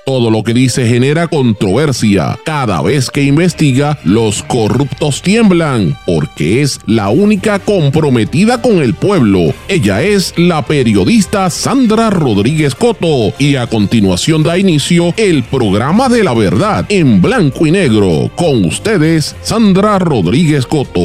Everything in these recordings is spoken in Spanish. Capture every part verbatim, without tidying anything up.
Todo lo que dice genera controversia. Cada vez que investiga, los corruptos tiemblan, porque es la única comprometida con el pueblo. Ella es la periodista Sandra Rodríguez Coto, y a continuación da inicio el programa de la verdad en blanco y negro. Con ustedes, Sandra Rodríguez Coto.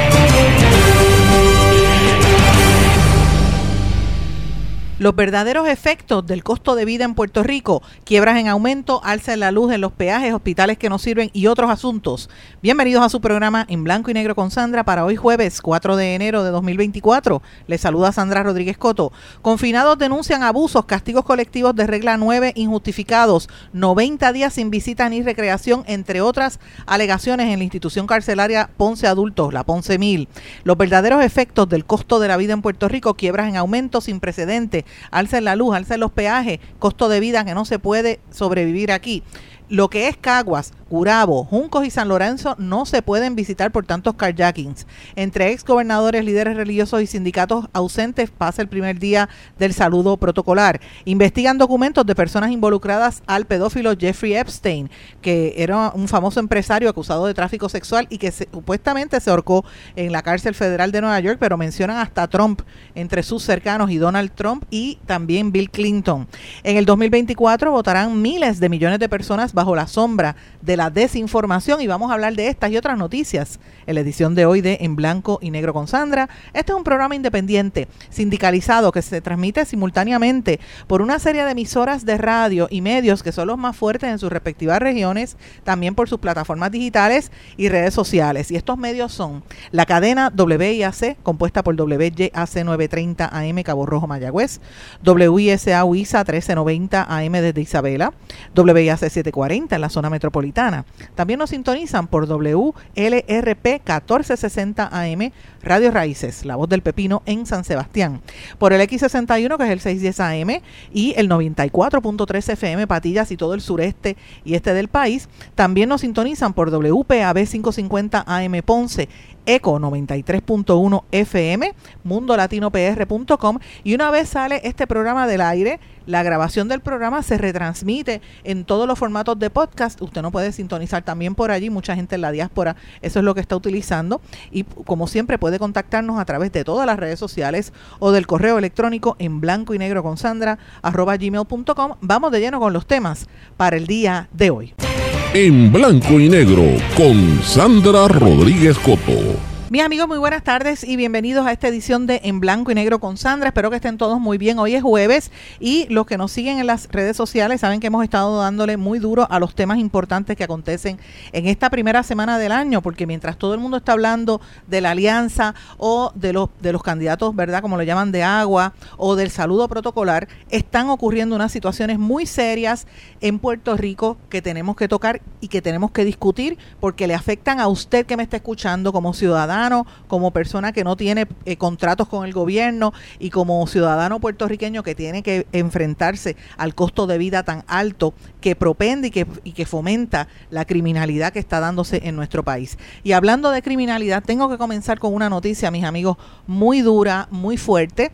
Los verdaderos efectos del costo de vida en Puerto Rico, quiebras en aumento, alza en la luz en los peajes, hospitales que no sirven y otros asuntos. Bienvenidos a su programa En Blanco y Negro con Sandra para hoy jueves cuatro de enero de dos mil veinticuatro. Les saluda Sandra Rodríguez Coto. Confinados denuncian abusos, castigos colectivos de regla nueve injustificados, noventa días sin visita ni recreación, entre otras alegaciones en la institución carcelaria Ponce Adultos, la Ponce Mil. Los verdaderos efectos del costo de la vida en Puerto Rico, quiebras en aumento sin precedentes, alza en la luz, alza en los peajes, costo de vida que no se puede sobrevivir aquí. Lo que es Caguas, Gurabo, Juncos y San Lorenzo no se pueden visitar por tantos carjackings. Entre ex gobernadores, líderes religiosos y sindicatos ausentes pasa el primer día del saludo protocolar. Investigan documentos de personas involucradas al pedófilo Jeffrey Epstein, que era un famoso empresario acusado de tráfico sexual y que se, supuestamente se ahorcó en la cárcel federal de Nueva York, pero mencionan hasta Trump entre sus cercanos y Donald Trump y también Bill Clinton. En el dos mil veinticuatro votarán miles de millones de personas bajo la sombra de la desinformación, y vamos a hablar de estas y otras noticias en la edición de hoy de En Blanco y Negro con Sandra. Este es un programa independiente, sindicalizado, que se transmite simultáneamente por una serie de emisoras de radio y medios que son los más fuertes en sus respectivas regiones, también por sus plataformas digitales y redes sociales. Y estos medios son la cadena W I A C, compuesta por W Y A C novecientos treinta A M Cabo Rojo Mayagüez, W I S A U I S A trece noventa A M desde Isabela, W I A C setecientos cuarenta en la zona metropolitana. También nos sintonizan por W L R P catorce sesenta A M Radio Raíces, la voz del pepino en San Sebastián, por el X sesenta y uno, que es el seiscientos diez A M, y el noventa y cuatro punto tres F M Patillas y todo el sureste y este del país. También nos sintonizan por W P A B quinientos cincuenta A M Ponce, Eco noventa y tres punto uno F M, mundo latino p r punto com, y una vez sale este programa del aire, la grabación del programa se retransmite en todos los formatos de podcast. Usted no puede sintonizar también por allí, mucha gente en la diáspora eso es lo que está utilizando, y como siempre puede contactarnos a través de todas las redes sociales o del correo electrónico en blanco y negro con Sandra arroba gmail punto com. Vamos de lleno con los temas para el día de hoy. En Blanco y Negro con Sandra Rodríguez Coto. Mis amigos, muy buenas tardes y bienvenidos a esta edición de En Blanco y Negro con Sandra. Espero que estén todos muy bien. Hoy es jueves y los que nos siguen en las redes sociales saben que hemos estado dándole muy duro a los temas importantes que acontecen en esta primera semana del año, porque mientras todo el mundo está hablando de la alianza o de los, de los candidatos, ¿verdad?, como lo llaman, de agua, o del saludo protocolar, están ocurriendo unas situaciones muy serias en Puerto Rico que tenemos que tocar y que tenemos que discutir, porque le afectan a usted que me está escuchando como ciudadano, como persona que no tiene eh, contratos con el gobierno, y como ciudadano puertorriqueño que tiene que enfrentarse al costo de vida tan alto que propende y que, y que fomenta la criminalidad que está dándose en nuestro país. Y hablando de criminalidad, tengo que comenzar con una noticia, mis amigos, muy dura, muy fuerte,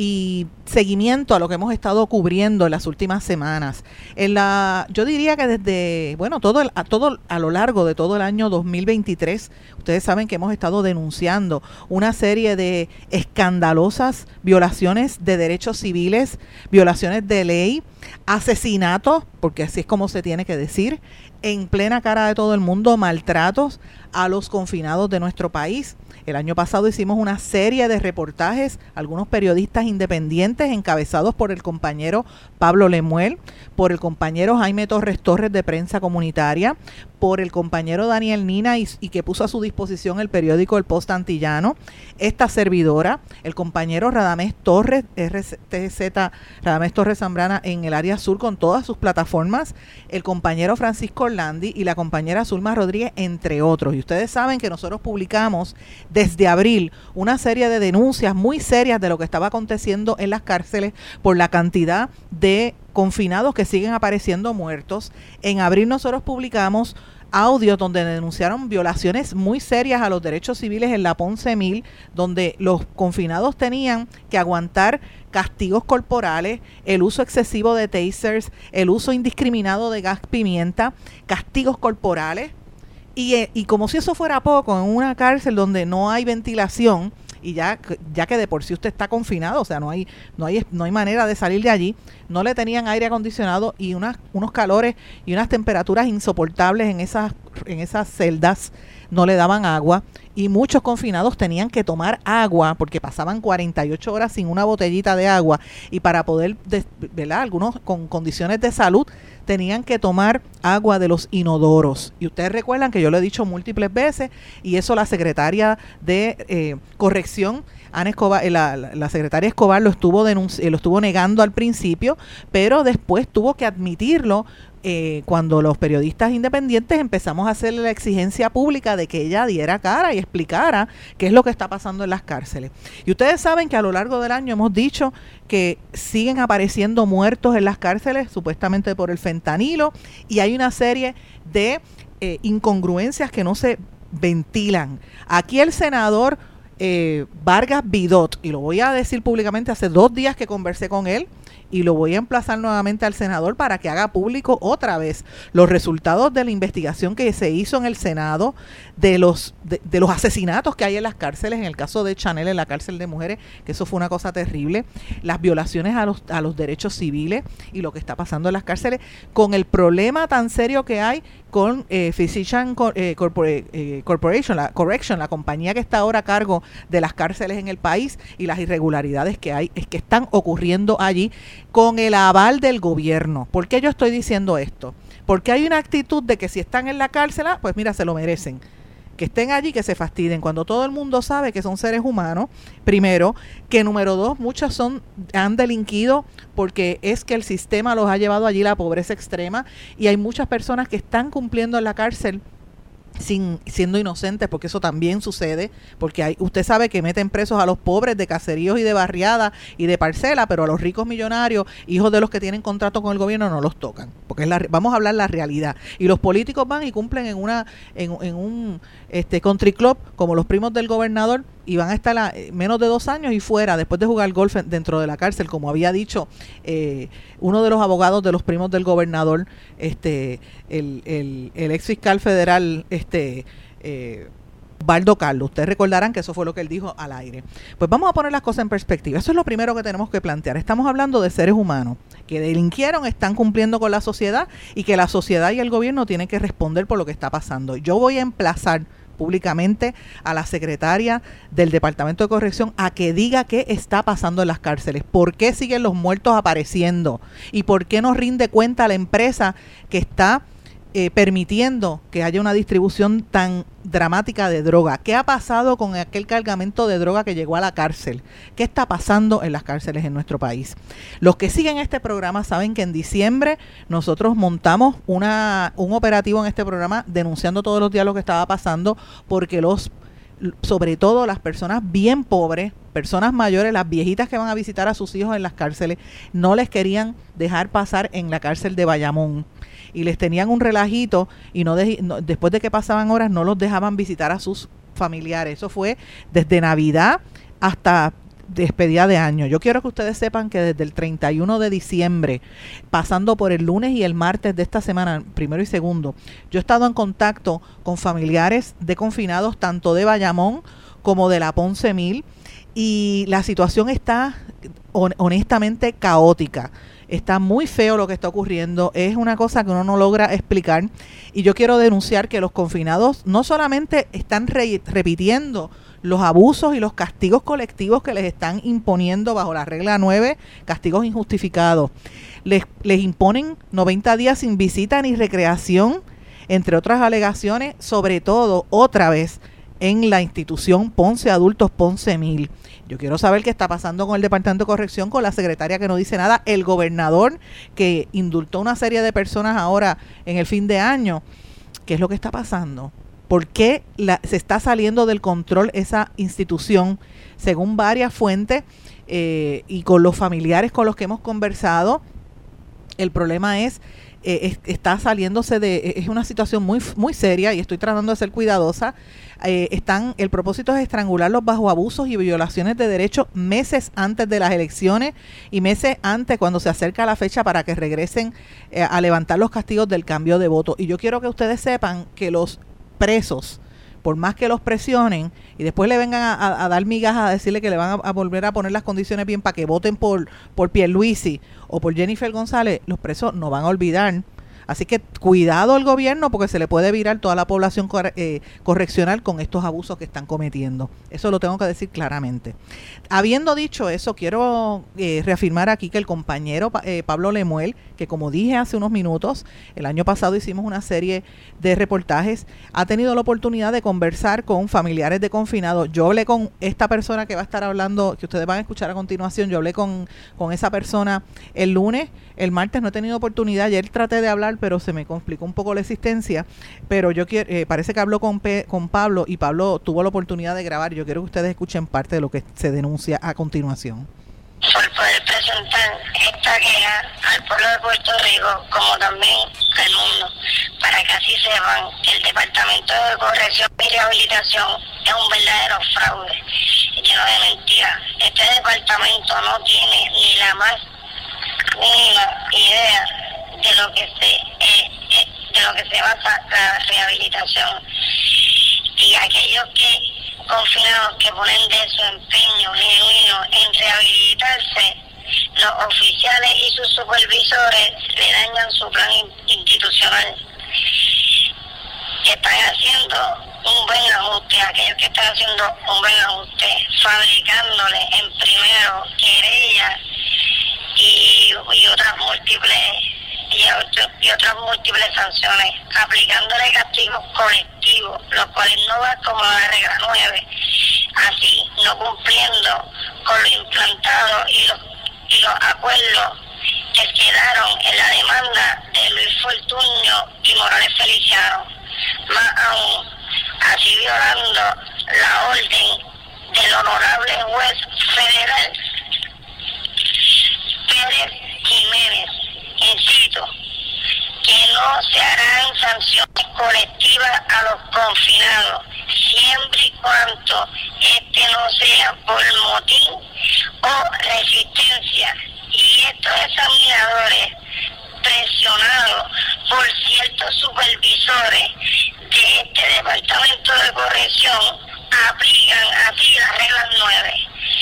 y seguimiento a lo que hemos estado cubriendo en las últimas semanas. En la, yo diría que desde, bueno, todo, el, a, todo a lo largo de todo el año dos mil veintitrés, ustedes saben que hemos estado denunciando una serie de escandalosas violaciones de derechos civiles, violaciones de ley, asesinatos, porque así es como se tiene que decir, en plena cara de todo el mundo, maltratos a los confinados de nuestro país. El año pasado hicimos una serie de reportajes, algunos periodistas independientes encabezados por el compañero Pablo Lemuel, por el compañero Jaime Torres Torres de Prensa Comunitaria, por el compañero Daniel Nina y, y que puso a su disposición el periódico El Post Antillano, esta servidora, el compañero Radamés Torres, R T Z, Radamés Torres Zambrana en el área sur con todas sus plataformas, el compañero Francisco Orlandi y la compañera Zulma Rodríguez, entre otros. Y ustedes saben que nosotros publicamos desde abril una serie de denuncias muy serias de lo que estaba aconteciendo en las cárceles por la cantidad de confinados que siguen apareciendo muertos. En abril nosotros publicamos audios donde denunciaron violaciones muy serias a los derechos civiles en la Ponce Mil, donde los confinados tenían que aguantar castigos corporales, el uso excesivo de tasers, el uso indiscriminado de gas pimienta, castigos corporales, y, y como si eso fuera poco, en una cárcel donde no hay ventilación, y ya, ya que de por sí usted está confinado, o sea, no hay, no hay, no hay manera de salir de allí, no le tenían aire acondicionado y unas, unos calores y unas temperaturas insoportables en esas, en esas celdas, no le daban agua, y muchos confinados tenían que tomar agua porque pasaban cuarenta y ocho horas sin una botellita de agua, y para poder, de, ¿verdad? Algunos con condiciones de salud tenían que tomar agua de los inodoros. Y ustedes recuerdan que yo lo he dicho múltiples veces, y eso la secretaria de eh, corrección, Ana Escobar, eh, la, la secretaria Escobar lo estuvo denunci- eh, lo estuvo negando al principio, pero después tuvo que admitirlo eh, cuando los periodistas independientes empezamos a hacerle la exigencia pública de que ella diera cara y explicara qué es lo que está pasando en las cárceles. Y ustedes saben que a lo largo del año hemos dicho que siguen apareciendo muertos en las cárceles, supuestamente por el fentanilo, y hay una serie de eh, incongruencias que no se ventilan. Aquí el senador eh, Vargas Vidot, y lo voy a decir públicamente, hace dos días que conversé con él, y lo voy a emplazar nuevamente al senador para que haga público otra vez los resultados de la investigación que se hizo en el Senado de los de, de los asesinatos que hay en las cárceles, en el caso de Chanel en la cárcel de mujeres, que eso fue una cosa terrible, las violaciones a los, a los derechos civiles y lo que está pasando en las cárceles, con el problema tan serio que hay con eh, Physician eh, Corpora- eh, Corporation, la Correction, la compañía que está ahora a cargo de las cárceles en el país, y las irregularidades que hay, es que están ocurriendo allí con el aval del gobierno. ¿Por qué yo estoy diciendo esto? Porque hay una actitud de que si están en la cárcel, pues mira, se lo merecen. Que estén allí, que se fastidien, cuando todo el mundo sabe que son seres humanos, primero, que número dos, muchos son, han delinquido porque es que el sistema los ha llevado allí a la pobreza extrema, y hay muchas personas que están cumpliendo en la cárcel sin siendo inocentes, porque eso también sucede, porque hay, usted sabe que meten presos a los pobres de caseríos y de barriada y de parcela, pero a los ricos millonarios, hijos de los que tienen contrato con el gobierno, no los tocan, porque es la, vamos a hablar la realidad, y los políticos van y cumplen en una en, en un este country club como los primos del gobernador, y van a estar a menos de dos años y fuera después de jugar golf dentro de la cárcel, como había dicho eh, uno de los abogados de los primos del gobernador, este el, el, el ex fiscal federal este eh, Baldo Carlos. Ustedes recordarán que eso fue lo que él dijo al aire. Pues vamos a poner las cosas en perspectiva. Eso es lo primero que tenemos que plantear. Estamos hablando de seres humanos que delinquieron, están cumpliendo con la sociedad, y que la sociedad y el gobierno tienen que responder por lo que está pasando. Yo voy a emplazar públicamente a la secretaria del Departamento de Corrección a que diga qué está pasando en las cárceles, por qué siguen los muertos apareciendo, y por qué no rinde cuenta a la empresa que está eh, permitiendo que haya una distribución tan dramática de droga. ¿Qué ha pasado con aquel cargamento de droga que llegó a la cárcel? ¿Qué está pasando en las cárceles en nuestro país? Los que siguen este programa saben que en diciembre nosotros montamos una un operativo en este programa denunciando todos los días lo que estaba pasando, porque los sobre todo las personas bien pobres, personas mayores, las viejitas que van a visitar a sus hijos en las cárceles, no les querían dejar pasar en la cárcel de Bayamón, y les tenían un relajito, y no, de, no después de que pasaban horas no los dejaban visitar a sus familiares. Eso fue desde Navidad hasta despedida de año. Yo quiero que ustedes sepan que desde el treinta y uno de diciembre, pasando por el lunes y el martes de esta semana, primero y segundo, yo he estado en contacto con familiares de confinados tanto de Bayamón como de la Ponce Mil, y la situación está honestamente caótica. Está muy feo lo que está ocurriendo, es una cosa que uno no logra explicar, y yo quiero denunciar que los confinados no solamente están re- repitiendo los abusos y los castigos colectivos que les están imponiendo bajo la regla nueve, castigos injustificados, les, les imponen noventa días sin visita ni recreación, entre otras alegaciones, sobre todo otra vez en la institución Ponce Adultos Ponce Mil. Yo quiero saber qué está pasando con el Departamento de Corrección, con la secretaria que no dice nada, el gobernador que indultó una serie de personas ahora en el fin de año. ¿Qué es lo que está pasando? ¿Por qué la, se está saliendo del control esa institución? Según varias fuentes eh, y con los familiares con los que hemos conversado, el problema es eh, es, está saliéndose de, es una situación muy muy seria y estoy tratando de ser cuidadosa. Eh, están, el propósito es estrangularlos bajo abusos y violaciones de derechos meses antes de las elecciones y meses antes cuando se acerca la fecha para que regresen eh, a levantar los castigos del cambio de voto. Y yo quiero que ustedes sepan que los presos, por más que los presionen y después le vengan a, a, a dar migajas a decirle que le van a, a volver a poner las condiciones bien para que voten por, por Pierluisi o por Jennifer González, los presos no van a olvidar. Así que cuidado al gobierno porque se le puede virar toda la población corre, eh, correccional con estos abusos que están cometiendo. Eso lo tengo que decir claramente. Habiendo dicho eso, quiero eh, reafirmar aquí que el compañero eh, Pablo Lemuel, que como dije hace unos minutos, el año pasado hicimos una serie de reportajes, ha tenido la oportunidad de conversar con familiares de confinados. Yo hablé con esta persona que va a estar hablando, que ustedes van a escuchar a continuación, yo hablé con, con esa persona el lunes, el martes no he tenido oportunidad, ayer traté de hablar, pero se me complicó un poco la existencia, pero yo quiero, eh, parece que habló con, Pe, con Pablo y Pablo tuvo la oportunidad de grabar. Yo quiero que ustedes escuchen parte de lo que se denuncia a continuación. Por poder presentar esta queja al pueblo de Puerto Rico, como también al mundo, para que así sepan que el Departamento de Corrección y Rehabilitación es un verdadero fraude, lleno de mentiras. Este departamento no tiene ni la más mínima idea de lo que se eh, eh, de lo que se basa la rehabilitación, y aquellos que confinados que ponen de su empeño genuino en rehabilitarse, los oficiales y sus supervisores le dañan su plan institucional. Que están haciendo un buen ajuste, aquellos que están haciendo un buen ajuste, fabricándole en primero querellas y, y otras múltiples y, otro, y otras múltiples sanciones, aplicándole castigos colectivos, los cuales no van como la regla nueve, así no cumpliendo con lo implantado y los, y los acuerdos que quedaron en la demanda de Luis Fortuño y Morales Feliciano, más aún, así violando la orden del honorable juez federal Pérez Jiménez. Incito que no se harán sanciones colectivas a los confinados, siempre y cuando este no sea por motín o resistencia. Y estos examinadores, presionados por ciertos supervisores de este departamento de corrección, aplican así las reglas nueve.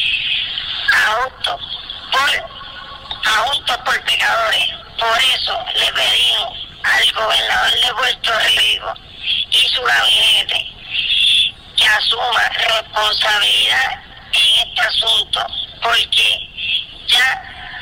Auto por, auntos por pecadores. Por eso le pedimos al gobernador de Puerto Rico y su gabinete que asuma responsabilidad en este asunto, porque ya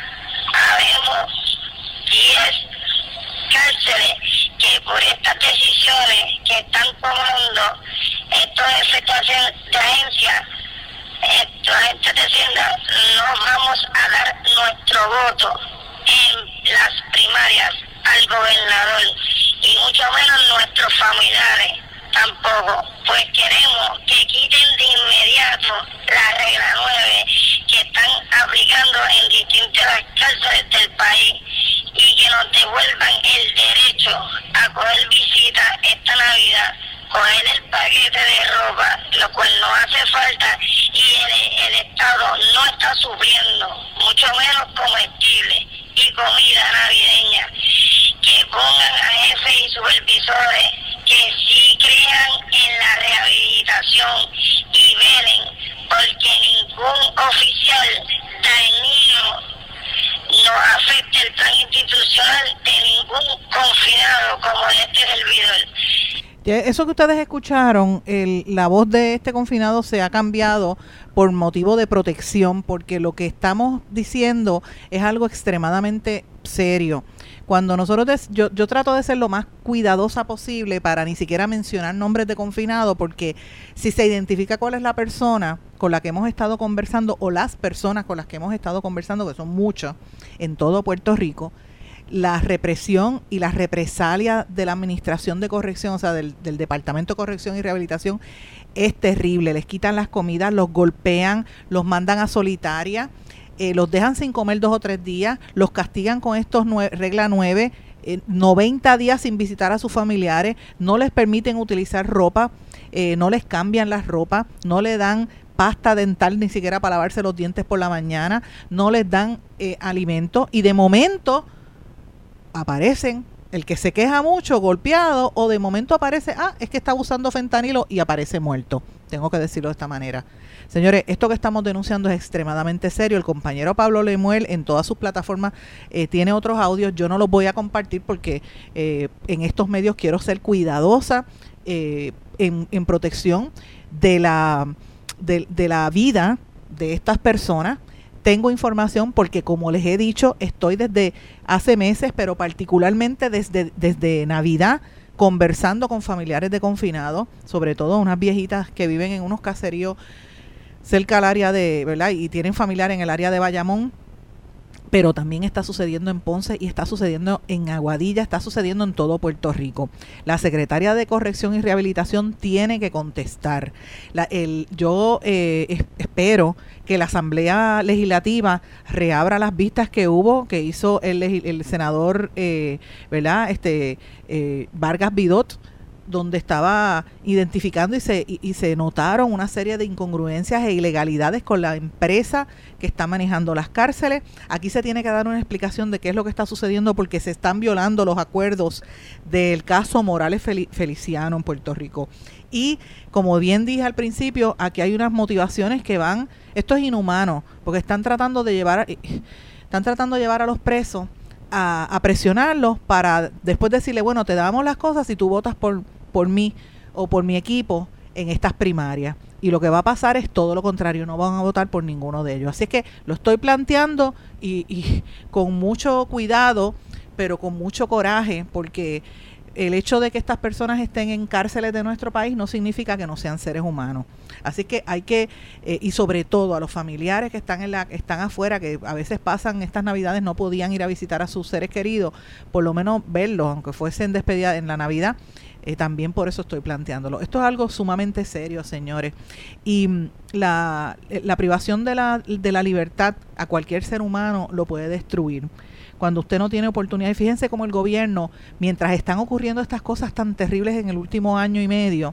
habemos diez cárceles que por estas decisiones que están tomando estos jefes de agencia, estos agentes de Hacienda, no vamos a dar nuestro voto en las primarias al gobernador, y mucho menos nuestros familiares tampoco, pues queremos que quiten de inmediato la regla nueve que están aplicando en distintas cárceles del país, y que nos devuelvan el derecho a coger visita esta Navidad, coger el paquete de ropa, lo cual no hace falta y el, el Estado no está supliendo, mucho menos comestibles y comida navideña. Que pongan a jefes y supervisores que sí crean en la rehabilitación y velen porque ningún oficial dañino no afecte el plan institucional de ningún confinado como de este servidor. Eso que ustedes escucharon, el, la voz de este confinado se ha cambiado por motivo de protección, porque lo que estamos diciendo es algo extremadamente serio. Cuando nosotros, des, yo, yo trato de ser lo más cuidadosa posible para ni siquiera mencionar nombres de confinado, porque si se identifica cuál es la persona con la que hemos estado conversando o las personas con las que hemos estado conversando, que son muchas en todo Puerto Rico, la represión y la represalia de la Administración de Corrección, o sea, del, del Departamento de Corrección y Rehabilitación, es terrible. Les quitan las comidas, los golpean, los mandan a solitaria, eh, los dejan sin comer dos o tres días, los castigan con estos nueve, regla nueve, eh, noventa días sin visitar a sus familiares, no les permiten utilizar ropa, eh, no les cambian las ropas, no le dan pasta dental ni siquiera para lavarse los dientes por la mañana, no les dan eh, alimento, y de momento aparecen el que se queja mucho, golpeado, o de momento aparece, ah, es que está usando fentanilo y aparece muerto. Tengo que decirlo de esta manera. Señores, esto que estamos denunciando es extremadamente serio. El compañero Pablo Lemuel en todas sus plataformas eh, tiene otros audios. Yo no los voy a compartir porque eh, en estos medios quiero ser cuidadosa eh, en, en protección de la, de, de la vida de estas personas. Tengo información porque, como les he dicho, estoy desde hace meses, pero particularmente desde, desde Navidad, conversando con familiares de confinados, sobre todo unas viejitas que viven en unos caseríos cerca al área de, ¿verdad? Y tienen familiar en el área de Bayamón, pero también está sucediendo en Ponce y está sucediendo en Aguadilla, está sucediendo en todo Puerto Rico. La secretaria de Corrección y Rehabilitación tiene que contestar. La, el, yo eh, es, espero que la Asamblea Legislativa reabra las vistas que hubo, que hizo el, el senador eh, ¿verdad? Este, eh, Vargas Vidot, donde estaba identificando y se, y, y se notaron una serie de incongruencias e ilegalidades con la empresa que está manejando las cárceles. Aquí se tiene que dar una explicación de qué es lo que está sucediendo, porque se están violando los acuerdos del caso Morales Feliciano en Puerto Rico. Y como bien dije al principio, aquí hay unas motivaciones que van, esto es inhumano, porque están tratando de llevar, están tratando de llevar a los presos a, a presionarlos para después decirle, bueno, te damos las cosas si tú votas por por mí o por mi equipo en estas primarias. Y lo que va a pasar es todo lo contrario, no van a votar por ninguno de ellos. Así es que lo estoy planteando y, y con mucho cuidado, pero con mucho coraje, porque el hecho de que estas personas estén en cárceles de nuestro país no significa que no sean seres humanos. Así que hay que, eh, y sobre todo a los familiares que están en la están afuera, que a veces pasan estas Navidades, no podían ir a visitar a sus seres queridos, por lo menos verlos, aunque fuesen despedida en la Navidad. Eh, también por eso estoy planteándolo. Esto es algo sumamente serio, señores. Y la, la privación de la, de la libertad a cualquier ser humano lo puede destruir. Cuando usted no tiene oportunidad, y fíjense cómo el gobierno, mientras están ocurriendo estas cosas tan terribles en el último año y medio,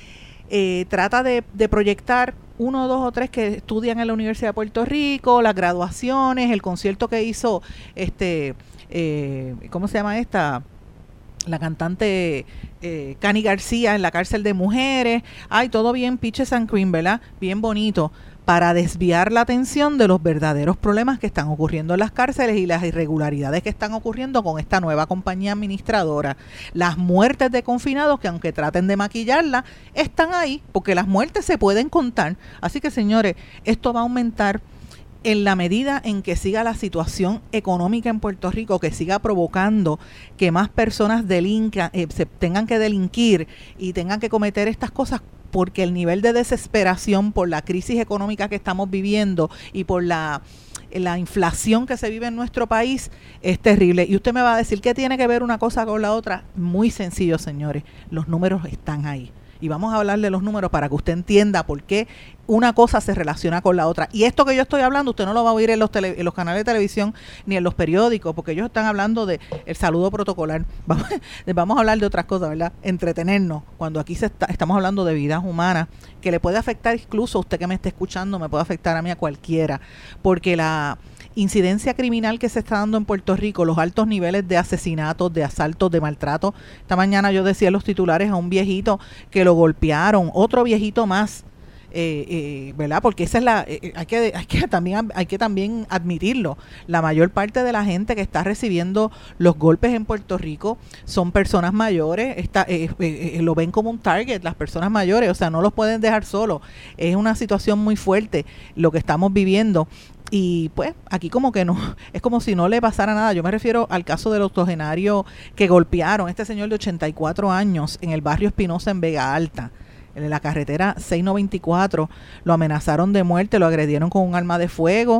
eh, trata de, de proyectar uno, dos o tres que estudian en la Universidad de Puerto Rico, las graduaciones, el concierto que hizo, este, eh, ¿cómo se llama esta?, la cantante eh, Cani García en la cárcel de mujeres. Ay, todo bien peaches and cream, ¿verdad? Bien bonito, para desviar la atención de los verdaderos problemas que están ocurriendo en las cárceles y las irregularidades que están ocurriendo con esta nueva compañía administradora. Las muertes de confinados, que aunque traten de maquillarla, están ahí, porque las muertes se pueden contar. Así que, señores, esto va a aumentar en la medida en que siga la situación económica en Puerto Rico, que siga provocando que más personas delincan, eh, se tengan que delinquir y tengan que cometer estas cosas, porque el nivel de desesperación por la crisis económica que estamos viviendo y por la, la inflación que se vive en nuestro país es terrible. Y usted me va a decir, ¿qué tiene que ver una cosa con la otra? Muy sencillo, señores, los números están ahí. Y vamos a hablar de los números para que usted entienda por qué una cosa se relaciona con la otra. Y esto que yo estoy hablando, usted no lo va a oír en los, tele, en los canales de televisión ni en los periódicos, porque ellos están hablando de el saludo protocolar. Vamos, vamos a hablar de otras cosas, ¿verdad? Entretenernos, cuando aquí se está, estamos hablando de vidas humanas, que le puede afectar incluso a usted que me esté escuchando, me puede afectar a mí, a cualquiera, porque la incidencia criminal que se está dando en Puerto Rico, los altos niveles de asesinatos, de asaltos, de maltrato. Esta mañana yo decía en los titulares a un viejito que lo golpearon, otro viejito más, eh, eh, ¿verdad? Porque esa es la, eh, hay que, hay que también, hay que también admitirlo. La mayor parte de la gente que está recibiendo los golpes en Puerto Rico son personas mayores, está, eh, eh, eh, lo ven como un target, las personas mayores, o sea, no los pueden dejar solos. Es una situación muy fuerte lo que estamos viviendo. Y pues aquí como que no, es como si no le pasara nada. Yo me refiero al caso del octogenario que golpearon, este señor de ochenta y cuatro años en el barrio Espinosa en Vega Alta, en la carretera seiscientos noventa y cuatro, lo amenazaron de muerte, lo agredieron con un arma de fuego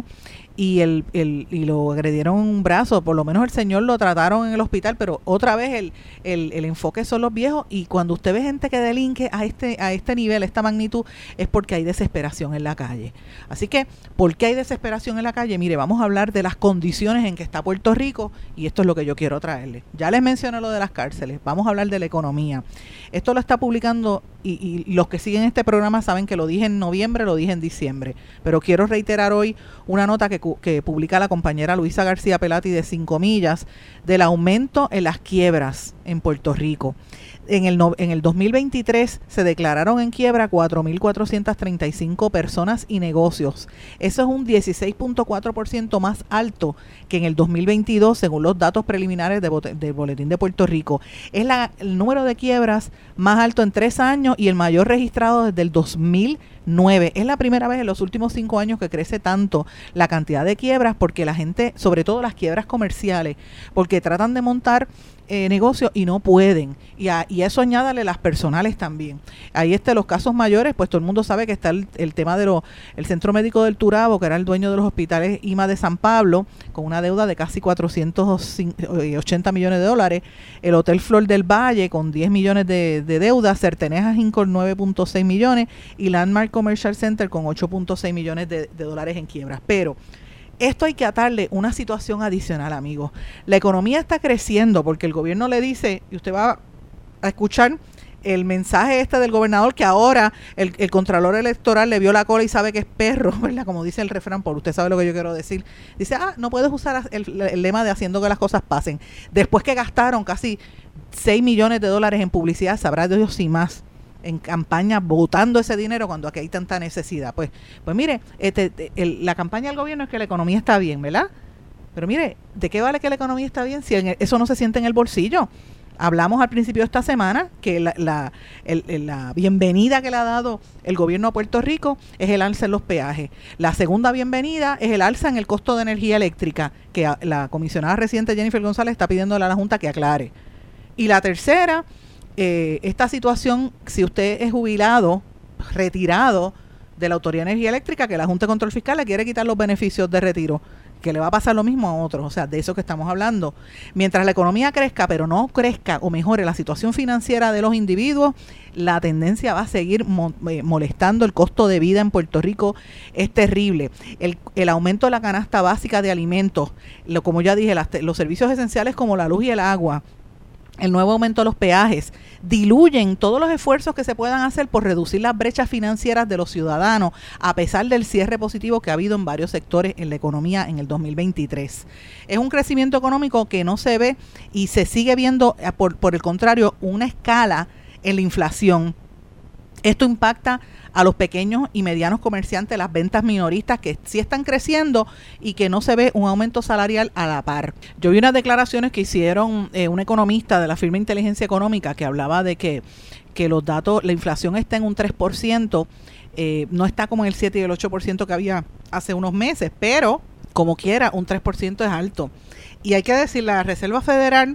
y el, el y lo agredieron un brazo. Por lo menos el señor lo trataron en el hospital, pero otra vez el, el, el enfoque son los viejos, y cuando usted ve gente que delinque a este a este nivel, a esta magnitud, es porque hay desesperación en la calle. Así que, ¿por qué hay desesperación en la calle? Mire, vamos a hablar de las condiciones en que está Puerto Rico, y esto es lo que yo quiero traerle. Ya les mencioné lo de las cárceles, vamos a hablar de la economía. Esto lo está publicando, y, y los que siguen este programa saben que lo dije en noviembre, lo dije en diciembre, pero quiero reiterar hoy una nota que, que publica la compañera Luisa García Pelati de Cinco Millas del aumento en las quiebras en Puerto Rico. En el, no, en el dos mil veintitrés se declararon en quiebra cuatro mil cuatrocientas treinta y cinco personas y negocios. Eso es un dieciséis punto cuatro por ciento más alto que en el dos mil veintidós, según los datos preliminares del de, de Boletín de Puerto Rico. Es la, el número de quiebras más alto en tres años y el mayor registrado desde el dos mil nueve. Es la primera vez en los últimos cinco años que crece tanto la cantidad de quiebras, porque la gente, sobre todo las quiebras comerciales, porque tratan de montar eh, negocios y no pueden. Y a, y eso añádale las personales también. Ahí está los casos mayores, pues todo el mundo sabe que está el, el tema de lo, el Centro Médico del Turabo, que era el dueño de los hospitales I M A de San Pablo, con una deuda de casi cuatrocientos ochenta millones de dólares. El Hotel Flor del Valle, con diez millones de, de deuda. Certenejas Incorporated, nueve punto seis millones. Y Landmark Commercial Center, con ocho punto seis millones de, de dólares en quiebras. Pero esto hay que atarle una situación adicional, amigos. La economía está creciendo porque el gobierno le dice, y usted va a escuchar el mensaje este del gobernador, que ahora el, el contralor electoral le vio la cola y sabe que es perro, ¿verdad? Como dice el refrán, por usted sabe lo que yo quiero decir. Dice, ah, no puedes usar el, el lema de haciendo que las cosas pasen. Después que gastaron casi seis millones de dólares en publicidad, sabrá Dios si más, en campaña, votando ese dinero cuando aquí hay tanta necesidad. Pues, pues mire, este, el, la campaña del gobierno es que la economía está bien, ¿verdad? Pero mire, ¿de qué vale que la economía está bien si en el, eso no se siente en el bolsillo? Hablamos al principio de esta semana que la, la, el, el, la bienvenida que le ha dado el gobierno a Puerto Rico es el alza en los peajes. La segunda bienvenida es el alza en el costo de energía eléctrica, que a, la comisionada residente Jennifer González está pidiéndole a la Junta que aclare. Y la tercera, eh, esta situación, si usted es jubilado, retirado de la Autoridad de Energía Eléctrica, que la Junta de Control Fiscal le quiere quitar los beneficios de retiro, que le va a pasar lo mismo a otros, o sea, de eso que estamos hablando. Mientras la economía crezca, pero no crezca o mejore la situación financiera de los individuos, la tendencia va a seguir mo- eh, molestando. El costo de vida en Puerto Rico es terrible. El, el aumento de la canasta básica de alimentos, lo, como ya dije, las, los servicios esenciales como la luz y el agua, el nuevo aumento de los peajes, diluyen todos los esfuerzos que se puedan hacer por reducir las brechas financieras de los ciudadanos, a pesar del cierre positivo que ha habido en varios sectores en la economía en el dos mil veintitrés. Es un crecimiento económico que no se ve y se sigue viendo, por, por el contrario, una escala en la inflación. Esto impacta a los pequeños y medianos comerciantes, las ventas minoristas que sí están creciendo y que no se ve un aumento salarial a la par. Yo vi unas declaraciones que hicieron eh, un economista de la firma Inteligencia Económica que hablaba de que, que los datos, la inflación está en un tres por ciento, eh, no está como en el siete y el ocho por ciento que había hace unos meses, pero como quiera, un tres por ciento es alto. Y hay que decir, la Reserva Federal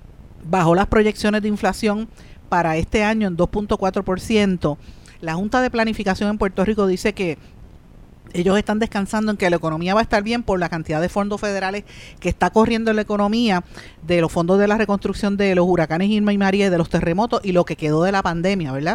bajó las proyecciones de inflación para este año en dos punto cuatro por ciento. La Junta de Planificación en Puerto Rico dice que ellos están descansando en que la economía va a estar bien por la cantidad de fondos federales que está corriendo en la economía, de los fondos de la reconstrucción de los huracanes Irma y María y de los terremotos y lo que quedó de la pandemia, ¿verdad?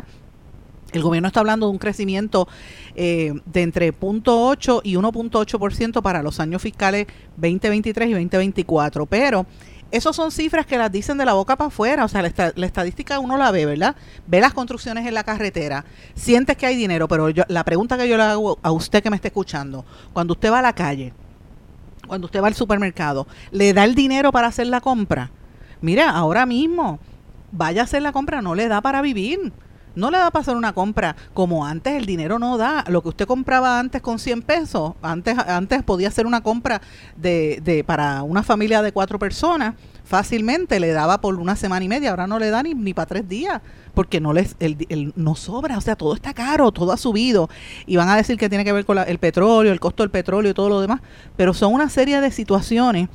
El gobierno está hablando de un crecimiento eh, de entre cero punto ocho y uno punto ocho por ciento para los años fiscales veinte veintitrés y veinte veinticuatro, pero esas son cifras que las dicen de la boca para afuera. O sea, la, esta, la estadística uno la ve, ¿verdad? Ve las construcciones en la carretera, sientes que hay dinero, pero yo, la pregunta que yo le hago a usted que me esté escuchando, cuando usted va a la calle, cuando usted va al supermercado, ¿le da el dinero para hacer la compra? Mira, ahora mismo, vaya a hacer la compra, no le da para vivir. No le da para hacer una compra como antes, el dinero no da. Lo que usted compraba antes con cien pesos, antes antes podía hacer una compra de, de para una familia de cuatro personas, fácilmente le daba por una semana y media, ahora no le da ni, ni para tres días, porque no les el, el, no sobra, o sea, todo está caro, todo ha subido, y van a decir que tiene que ver con la, el petróleo, el costo del petróleo y todo lo demás, pero son una serie de situaciones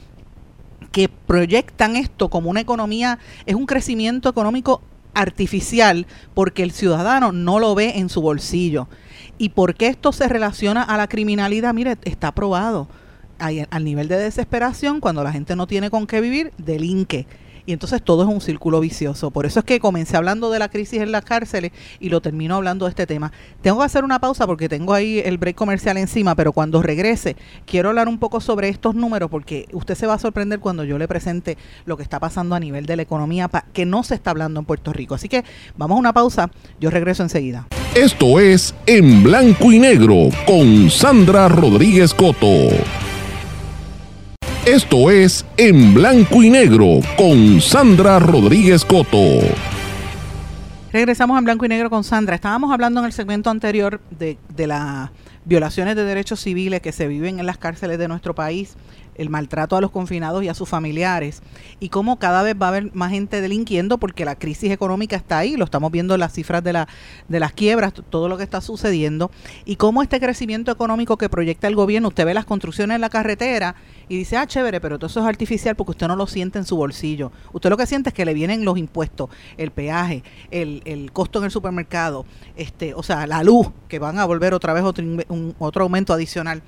que proyectan esto como una economía, es un crecimiento económico artificial, porque el ciudadano no lo ve en su bolsillo. ¿Y por qué esto se relaciona a la criminalidad? Mire, está probado. hay, al nivel de desesperación, cuando la gente no tiene con qué vivir, delinque. Y entonces todo es un círculo vicioso. Por eso es que comencé hablando de la crisis en las cárceles y lo termino hablando de este tema. Tengo que hacer una pausa porque tengo ahí el break comercial encima, pero cuando regrese quiero hablar un poco sobre estos números, porque usted se va a sorprender cuando yo le presente lo que está pasando a nivel de la economía pa- que no se está hablando en Puerto Rico. Así que vamos a una pausa, yo regreso enseguida. Esto es En Blanco y Negro con Sandra Rodríguez Coto. Esto es En Blanco y Negro con Sandra Rodríguez Coto. Regresamos en Blanco y Negro con Sandra. Estábamos hablando en el segmento anterior de, de las violaciones de derechos civiles que se viven en las cárceles de nuestro país, el maltrato a los confinados y a sus familiares, y cómo cada vez va a haber más gente delinquiendo porque la crisis económica está ahí, lo estamos viendo en las cifras de, la, de las quiebras, todo lo que está sucediendo, y cómo este crecimiento económico que proyecta el gobierno, usted ve las construcciones en la carretera y dice, ah, chévere, pero todo eso es artificial porque usted no lo siente en su bolsillo. Usted lo que siente es que le vienen los impuestos, el peaje, el, el costo en el supermercado, este, o sea, la luz, que van a volver otra vez otro, un, otro aumento adicional.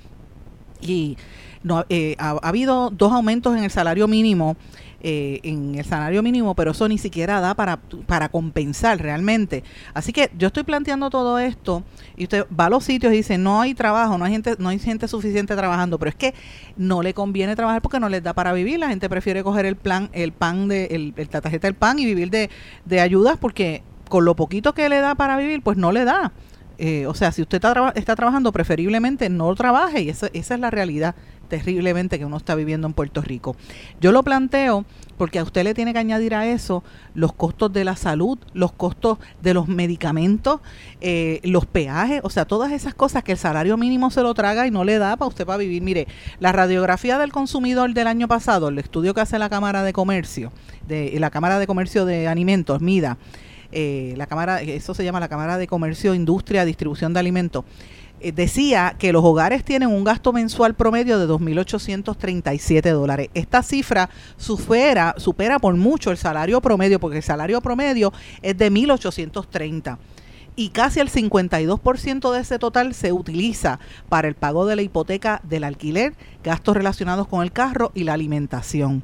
Y no, eh, ha, ha habido dos aumentos en el salario mínimo, eh, en el salario mínimo, pero eso ni siquiera da para, para compensar realmente. Así que yo estoy planteando todo esto y usted va a los sitios y dice, no hay trabajo, no hay gente, no hay gente suficiente trabajando, pero es que no le conviene trabajar porque no les da para vivir. La gente prefiere coger el plan, el pan de, el, el, la tarjeta del pan y vivir de, de ayudas porque con lo poquito que le da para vivir, pues no le da. Eh, o sea, si usted está, traba, está trabajando, preferiblemente no trabaje, y eso, esa es la realidad terriblemente que uno está viviendo en Puerto Rico. Yo lo planteo porque a usted le tiene que añadir a eso los costos de la salud, los costos de los medicamentos, eh, los peajes, o sea, todas esas cosas que el salario mínimo se lo traga y no le da para usted para vivir. Mire, la radiografía del consumidor del año pasado, el estudio que hace la Cámara de Comercio, de la Cámara de Comercio de Alimentos, MIDA, Eh, la cámara, eso se llama la Cámara de Comercio, Industria, Distribución de Alimentos, eh, decía que los hogares tienen un gasto mensual promedio de dos mil ochocientos treinta y siete dólares. Esta cifra supera, supera por mucho el salario promedio, porque el salario promedio es de mil ochocientos treinta. Y casi el cincuenta y dos por ciento de ese total se utiliza para el pago de la hipoteca, del alquiler, gastos relacionados con el carro y la alimentación.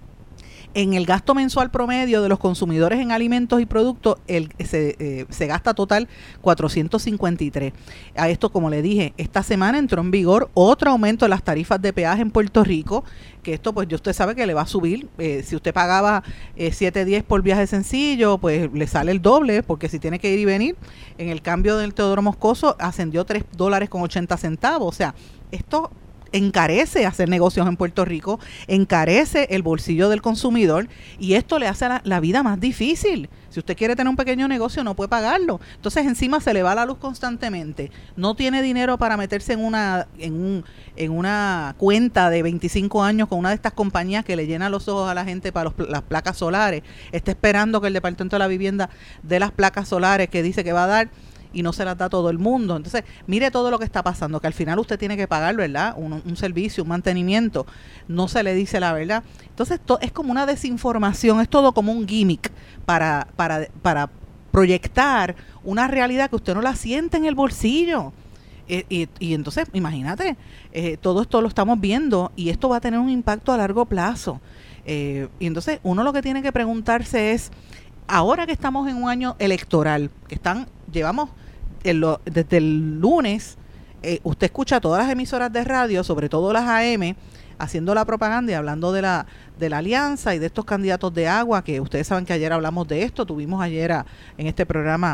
En el gasto mensual promedio de los consumidores en alimentos y productos, el, se, eh, se gasta total cuatrocientos cincuenta y tres. A esto, como le dije, esta semana entró en vigor otro aumento de las tarifas de peaje en Puerto Rico, que esto pues usted sabe que le va a subir. Eh, si usted pagaba eh, siete diez por viaje sencillo, pues le sale el doble, porque si tiene que ir y venir, en el cambio del Teodoro Moscoso ascendió tres dólares con ochenta centavos. O sea, esto encarece hacer negocios en Puerto Rico, encarece el bolsillo del consumidor y esto le hace la, la vida más difícil. Si usted quiere tener un pequeño negocio no puede pagarlo, entonces encima se le va la luz constantemente, no tiene dinero para meterse en una en un en una cuenta de veinticinco años con una de estas compañías que le llena los ojos a la gente para los, las placas solares, está esperando que el Departamento de la Vivienda dé las placas solares que dice que va a dar y no se las da todo el mundo. Entonces, mire todo lo que está pasando, que al final usted tiene que pagar, ¿verdad? Un, un servicio, un mantenimiento, no se le dice la verdad. Entonces, to, es como una desinformación, es todo como un gimmick para, para, para proyectar una realidad que usted no la siente en el bolsillo. Eh, y, y entonces, imagínate, eh, todo esto lo estamos viendo y esto va a tener un impacto a largo plazo. Eh, y entonces, uno lo que tiene que preguntarse es, ahora que estamos en un año electoral, que están, llevamos el, lo, desde el lunes, eh, usted escucha todas las emisoras de radio, sobre todo las A M, haciendo la propaganda y hablando de la de la alianza y de estos candidatos de agua, que ustedes saben que ayer hablamos de esto, tuvimos ayer a, en este programa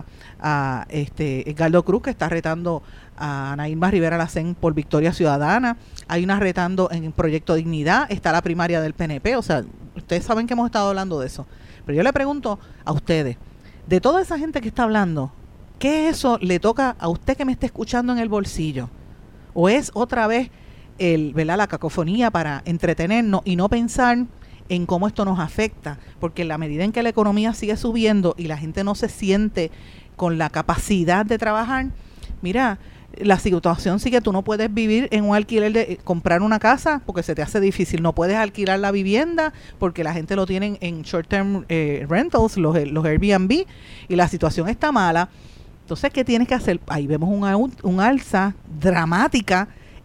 a este Edgardo Cruz, que está retando a Ana Irma Rivera Lacén por Victoria Ciudadana, hay una retando en el Proyecto Dignidad, está la primaria del P N P, o sea, ustedes saben que hemos estado hablando de eso, pero yo le pregunto a ustedes, de toda esa gente que está hablando, ¿qué eso le toca a usted que me está escuchando en el bolsillo? ¿O es otra vez el, ¿verdad?, la cacofonía para entretenernos y no pensar en cómo esto nos afecta? Porque en la medida en que la economía sigue subiendo y la gente no se siente con la capacidad de trabajar, mira, la situación sí que tú no puedes vivir en un alquiler de eh, comprar una casa porque se te hace difícil, no puedes alquilar la vivienda porque la gente lo tiene en short term eh, rentals, los, los Airbnb, y la situación está mala. Entonces, ¿qué tienes que hacer? Ahí vemos una, un alza dramática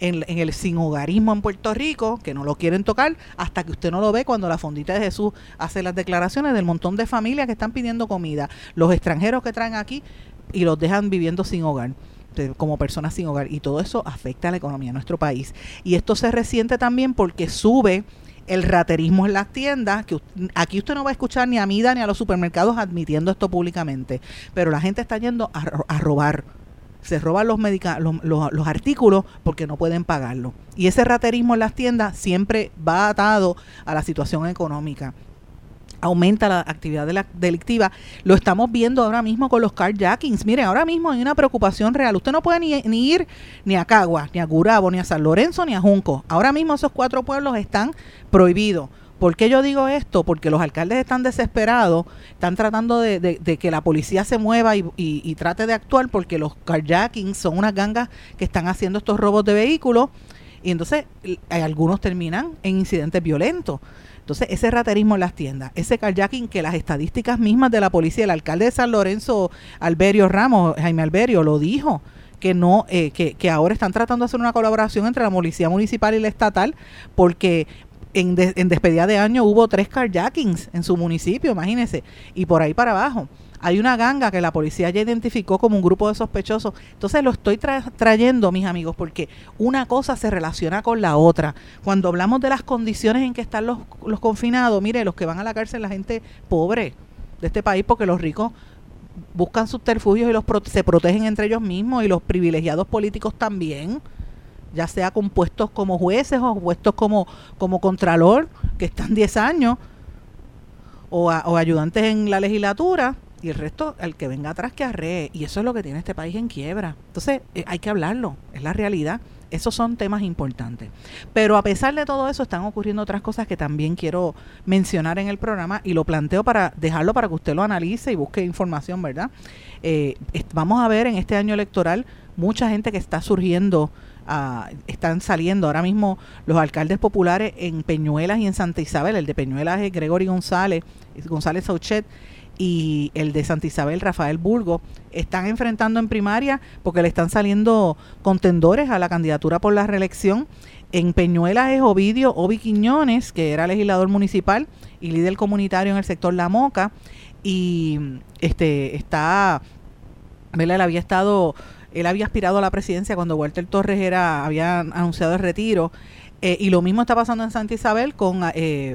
en, en el sinhogarismo en Puerto Rico, que no lo quieren tocar hasta que usted no lo ve cuando la Fondita de Jesús hace las declaraciones del montón de familias que están pidiendo comida, los extranjeros que traen aquí y los dejan viviendo sin hogar, como personas sin hogar, y todo eso afecta a la economía de nuestro país. Y esto se resiente también porque sube el raterismo en las tiendas, que aquí usted no va a escuchar ni a Mida ni a los supermercados admitiendo esto públicamente, pero la gente está yendo a, a robar, se roban los, medica, los, los, los artículos porque no pueden pagarlo, y ese raterismo en las tiendas siempre va atado a la situación económica. Aumenta la actividad de la delictiva. Lo estamos viendo ahora mismo con los carjackings. Miren, ahora mismo hay una preocupación real. Usted no puede ni, ni ir ni a Caguas, ni a Gurabo, ni a San Lorenzo, ni a Junco. Ahora mismo esos cuatro pueblos están prohibidos. ¿Por qué yo digo esto? Porque los alcaldes están desesperados, están tratando de, de, de que la policía se mueva y, y, y trate de actuar, porque los carjackings son unas gangas que están haciendo estos robos de vehículos, y entonces algunos terminan en incidentes violentos. Entonces, ese raterismo en las tiendas, ese carjacking que las estadísticas mismas de la policía, el alcalde de San Lorenzo, Alberio Ramos, Jaime Alberio, lo dijo, que no eh, que, que ahora están tratando de hacer una colaboración entre la policía municipal y la estatal, porque en, de, en despedida de año hubo tres carjackings en su municipio, imagínense, y por ahí para abajo. Hay una ganga que la policía ya identificó como un grupo de sospechosos. Entonces lo estoy tra- trayendo, mis amigos, porque una cosa se relaciona con la otra. Cuando hablamos de las condiciones en que están los, los confinados, mire, los que van a la cárcel, la gente pobre de este país, porque los ricos buscan subterfugios y los pro- se protegen entre ellos mismos, y los privilegiados políticos también, ya sea con puestos como jueces o puestos como, como contralor, que están diez años, o, a, o ayudantes en la legislatura, y el resto, el que venga atrás que arree. Y eso es lo que tiene este país en quiebra. Entonces, eh, hay que hablarlo, es la realidad. Esos son temas importantes. Pero a pesar de todo eso, están ocurriendo otras cosas que también quiero mencionar en el programa, y lo planteo para dejarlo para que usted lo analice y busque información, ¿verdad? Eh, est- vamos a ver en este año electoral mucha gente que está surgiendo, uh, están saliendo ahora mismo los alcaldes populares en Peñuelas y en Santa Isabel. El de Peñuelas es Gregory González, González Sauchet, y el de Santa Isabel, Rafael Burgo, están enfrentando en primaria porque le están saliendo contendores a la candidatura por la reelección. En Peñuelas es Ovidio Ovi Quiñones, que era legislador municipal y líder comunitario en el sector La Moca, y este está, ¿verdad? Él había estado, él había aspirado a la presidencia cuando Walter Torres era, había anunciado el retiro, eh, y lo mismo está pasando en Santa Isabel con eh,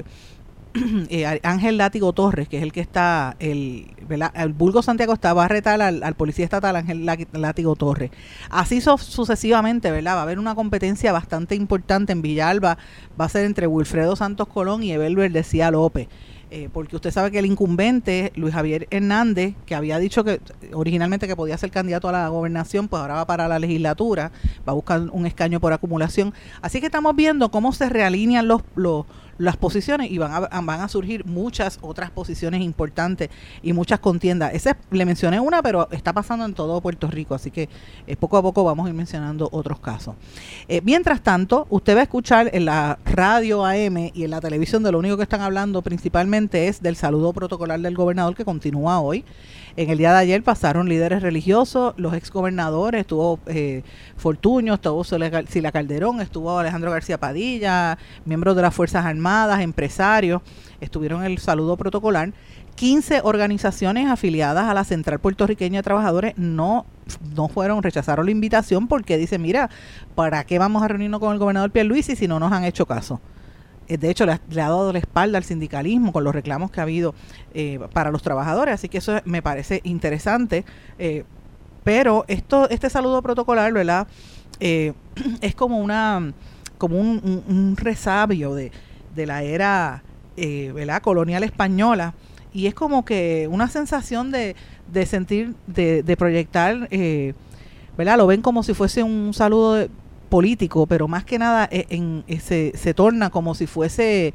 Eh, Ángel Látigo Torres, que es el que está, el, ¿verdad? El Burgo Santiago está, va a retar al, al policía estatal Ángel Látigo Torres. Así so, sucesivamente, ¿verdad? Va a haber una competencia bastante importante en Villalba, va a ser entre Wilfredo Santos Colón y Evelio Verdecía López. Eh, porque usted sabe que el incumbente, Luis Javier Hernández, que había dicho que originalmente que podía ser candidato a la gobernación, pues ahora va para la legislatura, va a buscar un escaño por acumulación. Así que estamos viendo cómo se realinean los, los las posiciones, y van a, van a surgir muchas otras posiciones importantes y muchas contiendas. Ese, le mencioné una, pero está pasando en todo Puerto Rico, así que eh, poco a poco vamos a ir mencionando otros casos. Eh, mientras tanto, usted va a escuchar en la radio A M y en la televisión, de lo único que están hablando principalmente es del saludo protocolar del gobernador, que continúa hoy. En el día de ayer pasaron líderes religiosos, los exgobernadores, estuvo eh, Fortuño, estuvo Sila Calderón, estuvo Alejandro García Padilla, miembros de las Fuerzas Armadas, empresarios, estuvieron en el saludo protocolar. quince organizaciones afiliadas a la Central Puertorriqueña de Trabajadores no, no fueron, rechazaron la invitación porque dicen, mira, ¿para qué vamos a reunirnos con el gobernador Pierluisi si no nos han hecho caso? De hecho, le, le ha dado la espalda al sindicalismo con los reclamos que ha habido eh, para los trabajadores, así que eso me parece interesante. Eh, pero esto, este saludo protocolar, ¿verdad? Eh, es como una, como un, un, un resabio de, de la era, eh, ¿verdad? colonial española, y es como que una sensación de, de sentir, de, de proyectar, eh, ¿verdad? Lo ven como si fuese un saludo de, político, pero más que nada en, en, se, se torna como si fuese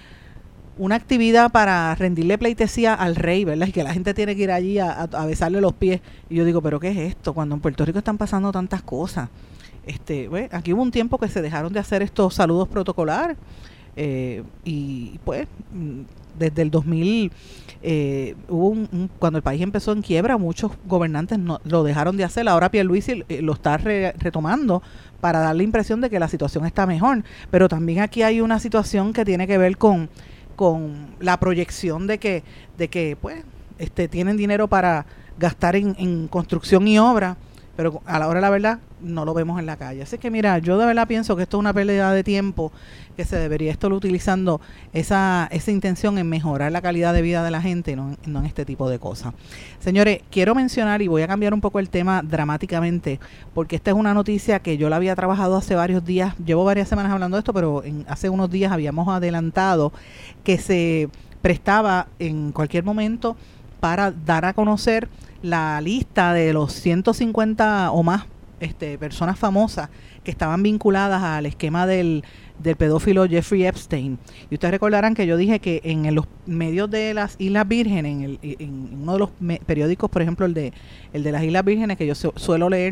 una actividad para rendirle pleitesía al rey, ¿verdad? Y que la gente tiene que ir allí a, a, a besarle los pies. Y yo digo, ¿pero qué es esto? Cuando en Puerto Rico están pasando tantas cosas. Este, bueno, aquí hubo un tiempo que se dejaron de hacer estos saludos protocolares, eh, y pues desde el dos mil, eh, hubo un, un, cuando el país empezó en quiebra, muchos gobernantes no, lo dejaron de hacer. Ahora Pierluisi eh, lo está re, retomando para dar la impresión de que la situación está mejor. Pero también aquí hay una situación que tiene que ver con, con la proyección de que, de que pues, este, tienen dinero para gastar en, en construcción y obra, pero a la hora de la verdad no lo vemos en la calle. Así que mira, yo de verdad pienso que esto es una pérdida de tiempo, que se debería estar utilizando esa, esa intención en mejorar la calidad de vida de la gente, no, no en este tipo de cosas. Señores, quiero mencionar, y voy a cambiar un poco el tema dramáticamente, porque esta es una noticia que yo la había trabajado hace varios días, llevo varias semanas hablando de esto, pero en, hace unos días habíamos adelantado que se prestaba en cualquier momento para dar a conocer la lista de los ciento cincuenta o más este, personas famosas que estaban vinculadas al esquema del, del pedófilo Jeffrey Epstein. Y ustedes recordarán que yo dije que en los medios de las Islas Vírgenes, en, el, en uno de los me- periódicos, por ejemplo, el de, el de las Islas Vírgenes, que yo su- suelo leer,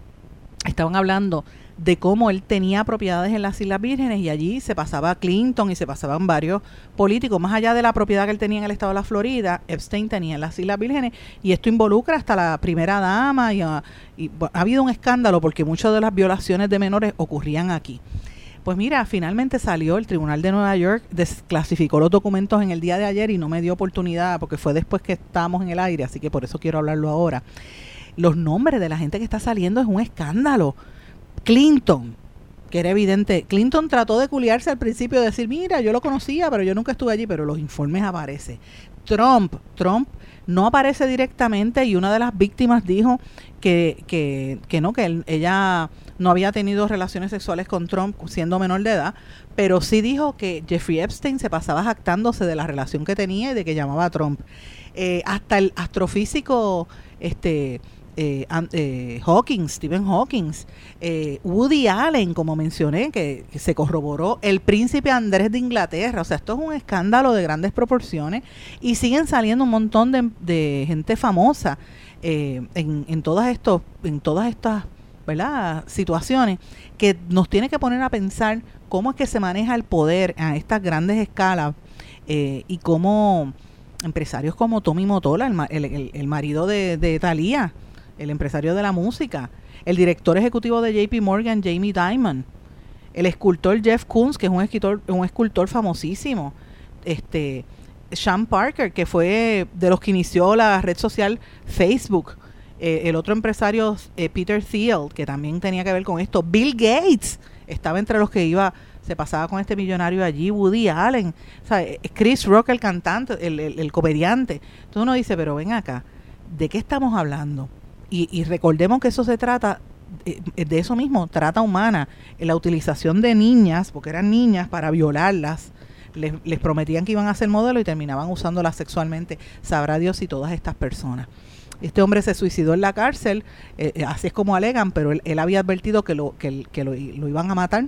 estaban hablando de cómo él tenía propiedades en las Islas Vírgenes y allí se pasaba Clinton y se pasaban varios políticos. Más allá de la propiedad que él tenía en el estado de la Florida, Epstein tenía en las Islas Vírgenes, y esto involucra hasta la primera dama y, a, y ha habido un escándalo porque muchas de las violaciones de menores ocurrían aquí. Pues mira, finalmente salió, el Tribunal de Nueva York desclasificó los documentos en el día de ayer y no me dio oportunidad porque fue después que estábamos en el aire, así que por eso quiero hablarlo ahora. Los nombres de la gente que está saliendo es un escándalo. Clinton, que era evidente, Clinton trató de culiarse al principio, de decir, mira, yo lo conocía, pero yo nunca estuve allí, pero los informes aparecen. Trump, Trump no aparece directamente y una de las víctimas dijo que, que, que no, que él, ella no había tenido relaciones sexuales con Trump siendo menor de edad, pero sí dijo que Jeffrey Epstein se pasaba jactándose de la relación que tenía y de que llamaba a Trump. Eh, hasta el astrofísico, este... Eh, eh, Hawking, Stephen Hawking, eh, Woody Allen, como mencioné, que, que se corroboró, el príncipe Andrés de Inglaterra. O sea, esto es un escándalo de grandes proporciones y siguen saliendo un montón de, de gente famosa eh, en, en todas estos, en todas estas, ¿verdad?, situaciones que nos tiene que poner a pensar cómo es que se maneja el poder a estas grandes escalas eh, y cómo empresarios como Tommy Mottola, el, el, el marido de, de Thalía, el empresario de la música, el director ejecutivo de J P Morgan, Jamie Dimon, el escultor Jeff Koons, que es un escultor, un escultor famosísimo, este Sean Parker, que fue de los que inició la red social Facebook, eh, el otro empresario eh, Peter Thiel, que también tenía que ver con esto, Bill Gates estaba entre los que iba, se pasaba con este millonario allí, Woody Allen, o sea, Chris Rock, el cantante, el, el, el comediante. Entonces uno dice, pero ven acá, ¿de qué estamos hablando? Y, y recordemos que eso se trata de, de eso mismo, trata humana, en la utilización de niñas, porque eran niñas, para violarlas. Les, les prometían que iban a ser modelo y terminaban usándolas sexualmente. Sabrá Dios si todas estas personas. Este hombre se suicidó en la cárcel, eh, así es como alegan, pero él, él había advertido que, lo, que, que lo, lo iban a matar.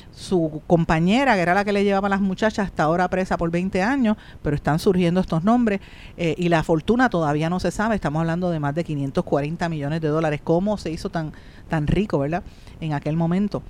Su compañera, que era la que le llevaba a las muchachas, está ahora presa por veinte años, pero están surgiendo estos nombres eh, y la fortuna todavía no se sabe. Estamos hablando de más de quinientos cuarenta millones de dólares. ¿Cómo se hizo tan, tan rico, verdad, en aquel momento?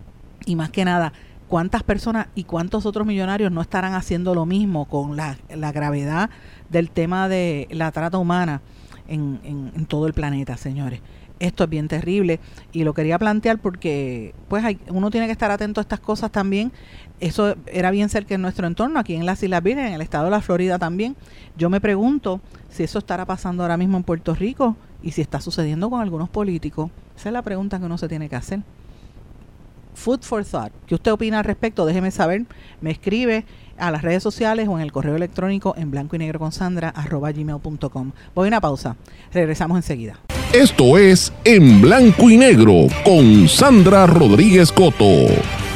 Y más que nada, ¿cuántas personas y cuántos otros millonarios no estarán haciendo lo mismo con la, la gravedad del tema de la trata humana en, en, en todo el planeta, señores? Esto es bien terrible y lo quería plantear porque pues hay, uno tiene que estar atento a estas cosas también. Eso era bien cerca en nuestro entorno, aquí en las Islas Vírgenes, en el estado de la Florida también. Yo me pregunto si eso estará pasando ahora mismo en Puerto Rico y si está sucediendo con algunos políticos. Esa es la pregunta que uno se tiene que hacer. Food for thought. ¿Qué usted opina al respecto? Déjeme saber. Me escribe a las redes sociales o en el correo electrónico en blanco y negro con Sandra arroba gmail punto com. Voy a una pausa. Regresamos enseguida. Esto es En Blanco y Negro con Sandra Rodríguez Coto. Mi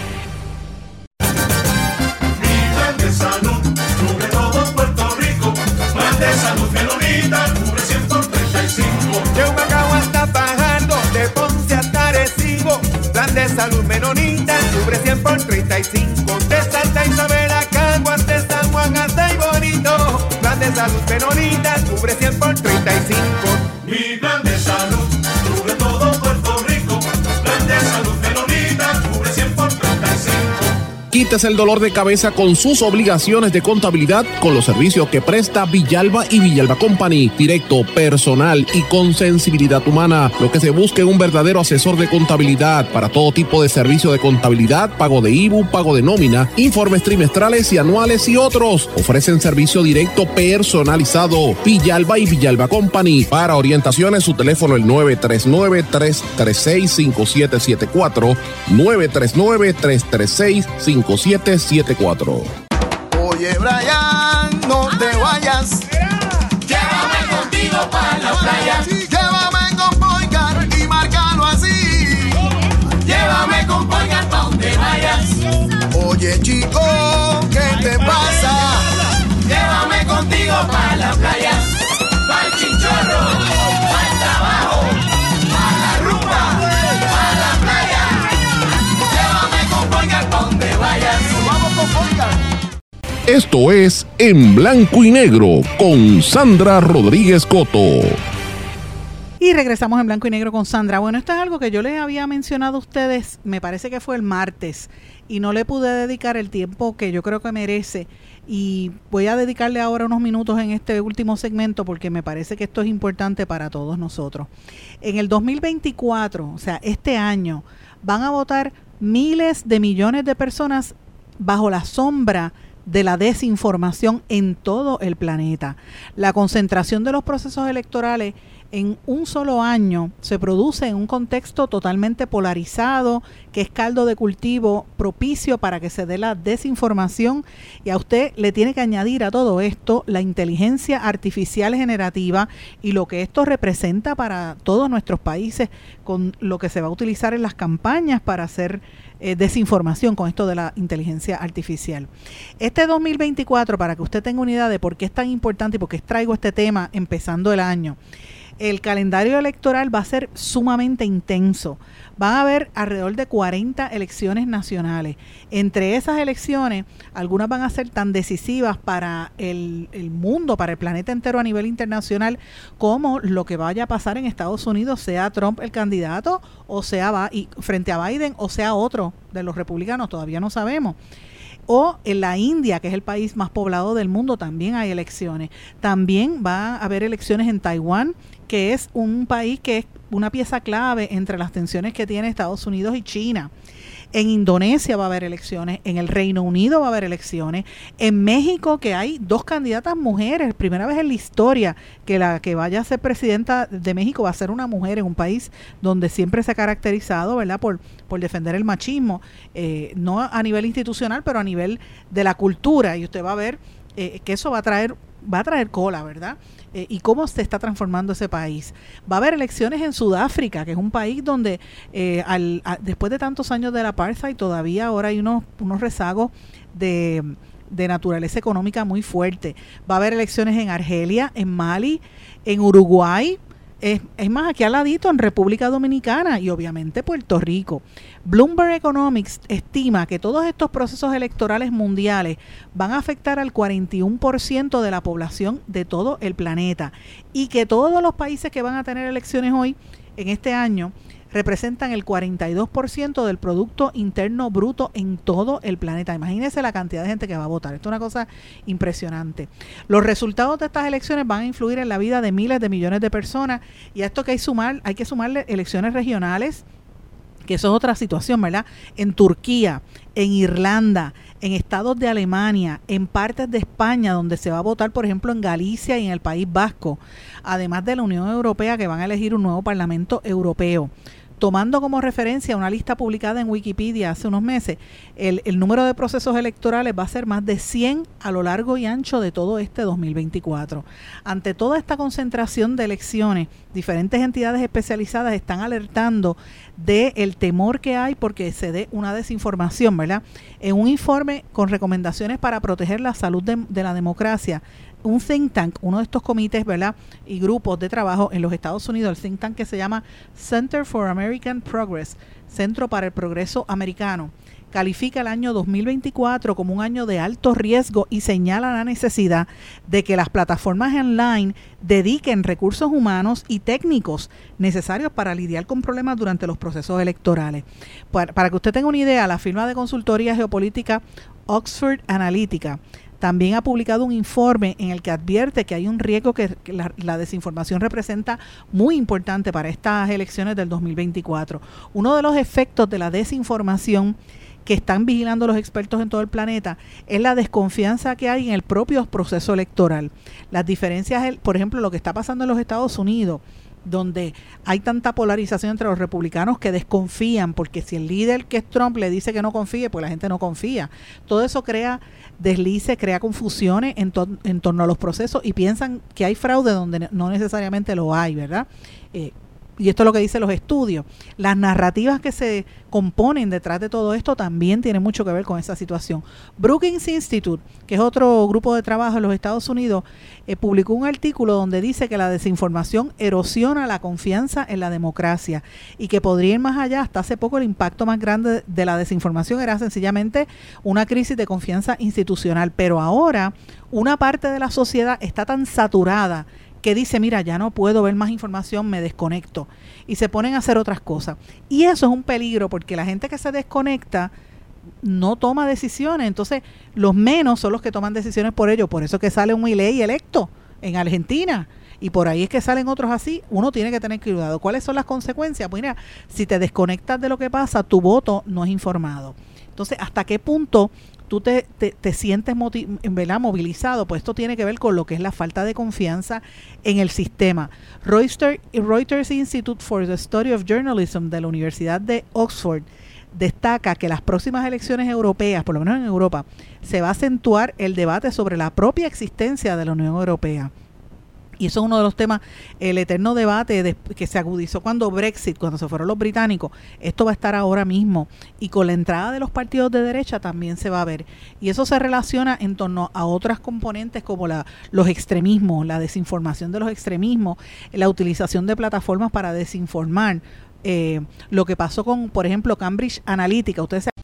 plan de salud cubre todo Puerto Rico. Plan de salud Menonita cubre cien por treinta y cinco. De Humacao hasta Fajardo, de Ponce hasta Arecibo. Plan de salud Menonita cubre cien por treinta y cinco. De Santa Isabel a Caguas, de San Juan hasta Iborito. Plan de salud Menonita cubre cien por treinta y cinco. Mi plan de salud cubre todo Puerto Rico. Plan de salud Menonita cubre cien por treinta y cinco. Kit Quítese el dolor de cabeza con sus obligaciones de contabilidad con los servicios que presta Villalba y Villalba Company. Directo, personal y con sensibilidad humana. Lo que se busca en un verdadero asesor de contabilidad para todo tipo de servicio de contabilidad, pago de I B U, pago de nómina, informes trimestrales y anuales y otros. Ofrecen servicio directo personalizado. Villalba y Villalba Company. Para orientaciones, su teléfono el nueve tres nueve, tres tres seis, cinco siete siete cuatro, nueve tres nueve, tres tres seis, cinco siete siete cuatro. Oye, Brian, no te vayas. Llévame contigo para la playa. Llévame con Boygar y márcalo así. Llévame con Boygar pa' donde vayas. Oye, chico, ¿qué te pasa? Llévame contigo para la playa. Pa'l chinchorro, pa'l trabajo, pa' la rumba, pa' la playa. Llévame con Boygar pa' donde vayas. Vamos con Boygar. Esto es En Blanco y Negro con Sandra Rodríguez Coto. Y regresamos en Blanco y Negro con Sandra. Bueno, esto es algo que yo les había mencionado a ustedes, me parece que fue el martes, y no le pude dedicar el tiempo que yo creo que merece. Y voy a dedicarle ahora unos minutos en este último segmento porque me parece que esto es importante para todos nosotros. En el dos mil veinticuatro, o sea, este año, van a votar miles de millones de personas bajo la sombra de la desinformación en todo el planeta. La concentración de los procesos electorales en un solo año se produce en un contexto totalmente polarizado, que es caldo de cultivo propicio para que se dé la desinformación, y a usted le tiene que añadir a todo esto la inteligencia artificial generativa y lo que esto representa para todos nuestros países con lo que se va a utilizar en las campañas para hacer eh, desinformación con esto de la inteligencia artificial. Este dos mil veinticuatro, para que usted tenga una idea de por qué es tan importante y por qué traigo este tema empezando el año, el calendario electoral va a ser sumamente intenso. Van a haber alrededor de cuarenta elecciones nacionales. Entre esas elecciones, algunas van a ser tan decisivas para el, el mundo, para el planeta entero a nivel internacional, como lo que vaya a pasar en Estados Unidos, sea Trump el candidato, o sea y frente a Biden, o sea otro de los republicanos, todavía no sabemos. O en la India, que es el país más poblado del mundo, también hay elecciones. También va a haber elecciones en Taiwán, que es un país que es una pieza clave entre las tensiones que tiene Estados Unidos y China. En Indonesia va a haber elecciones, en el Reino Unido va a haber elecciones, en México, que hay dos candidatas mujeres, primera vez en la historia que la que vaya a ser presidenta de México va a ser una mujer en un país donde siempre se ha caracterizado, ¿verdad?, por, por defender el machismo, eh, no a nivel institucional, pero a nivel de la cultura, y usted va a ver eh, que eso va a traer, va a traer cola, ¿verdad?, Eh, y cómo se está transformando ese país. Va a haber elecciones en Sudáfrica, que es un país donde eh, al, a, después de tantos años del apartheid todavía ahora hay unos, unos rezagos de, de naturaleza económica muy fuerte. Va a haber elecciones en Argelia, en Mali, en Uruguay, es, es más, aquí al ladito en República Dominicana y obviamente Puerto Rico. Bloomberg Economics estima que todos estos procesos electorales mundiales van a afectar al cuarenta y uno por ciento de la población de todo el planeta, y que todos los países que van a tener elecciones hoy, en este año, representan el cuarenta y dos por ciento del Producto Interno Bruto en todo el planeta. Imagínense la cantidad de gente que va a votar. Esto es una cosa impresionante. Los resultados de estas elecciones van a influir en la vida de miles de millones de personas, y a esto que hay, sumar, hay que sumarle elecciones regionales, que eso es otra situación, ¿verdad? En Turquía, en Irlanda, en estados de Alemania, en partes de España, donde se va a votar, por ejemplo, en Galicia y en el País Vasco, además de la Unión Europea, que van a elegir un nuevo Parlamento Europeo. Tomando como referencia una lista publicada en Wikipedia hace unos meses, el, el número de procesos electorales va a ser más de cien a lo largo y ancho de todo este dos mil veinticuatro. Ante toda esta concentración de elecciones, diferentes entidades especializadas están alertando del temor que hay porque se dé una desinformación, ¿verdad? En un informe con recomendaciones para proteger la salud de, de la democracia, un think tank, uno de estos comités, ¿verdad?, y grupos de trabajo en los Estados Unidos, el think tank que se llama Center for American Progress, Centro para el Progreso Americano, califica el año dos mil veinticuatro como un año de alto riesgo y señala la necesidad de que las plataformas online dediquen recursos humanos y técnicos necesarios para lidiar con problemas durante los procesos electorales. Para, para que usted tenga una idea, la firma de consultoría geopolítica Oxford Analytica también ha publicado un informe en el que advierte que hay un riesgo que, que la, la desinformación representa muy importante para estas elecciones del dos mil veinticuatro. Uno de los efectos de la desinformación que están vigilando los expertos en todo el planeta es la desconfianza que hay en el propio proceso electoral. Las diferencias, por ejemplo, lo que está pasando en los Estados Unidos, donde hay tanta polarización entre los republicanos que desconfían, porque si el líder, que es Trump, le dice que no confíe, pues la gente no confía. Todo eso crea deslices, crea confusiones en, to- en torno a los procesos y piensan que hay fraude donde no necesariamente lo hay, ¿verdad? Eh, Y esto es lo que dicen los estudios. Las narrativas que se componen detrás de todo esto también tienen mucho que ver con esa situación. Brookings Institute, que es otro grupo de trabajo en los Estados Unidos, eh, publicó un artículo donde dice que la desinformación erosiona la confianza en la democracia y que podría ir más allá. Hasta hace poco el impacto más grande de la desinformación era sencillamente una crisis de confianza institucional. Pero ahora una parte de la sociedad está tan saturada que dice, mira, ya no puedo ver más información, me desconecto. Y se ponen a hacer otras cosas. Y eso es un peligro, porque la gente que se desconecta no toma decisiones. Entonces, los menos son los que toman decisiones por ello. Por eso que sale un Milei electo en Argentina. Y por ahí es que salen otros así. Uno tiene que tener cuidado. ¿Cuáles son las consecuencias? Pues mira, si te desconectas de lo que pasa, tu voto no es informado. Entonces, ¿hasta qué punto tú te, te, te sientes motiv- ¿verdad? movilizado? Pues esto tiene que ver con lo que es la falta de confianza en el sistema. Reuters, Reuters Institute for the Study of Journalism de la Universidad de Oxford destaca que las próximas elecciones europeas, por lo menos en Europa, se va a acentuar el debate sobre la propia existencia de la Unión Europea. Y eso es uno de los temas, el eterno debate de, que se agudizó cuando Brexit, cuando se fueron los británicos. Esto va a estar ahora mismo. Y con la entrada de los partidos de derecha también se va a ver. Y eso se relaciona en torno a otras componentes como la, los extremismos, la desinformación de los extremismos, la utilización de plataformas para desinformar. Eh, lo que pasó con, por ejemplo, Cambridge Analytica. Ustedes se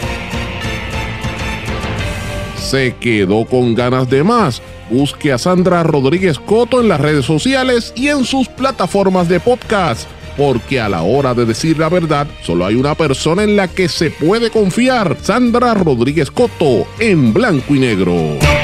¿Se quedó con ganas de más? Busque a Sandra Rodríguez Coto en las redes sociales y en sus plataformas de podcast, porque a la hora de decir la verdad, solo hay una persona en la que se puede confiar: Sandra Rodríguez Coto, en Blanco y Negro.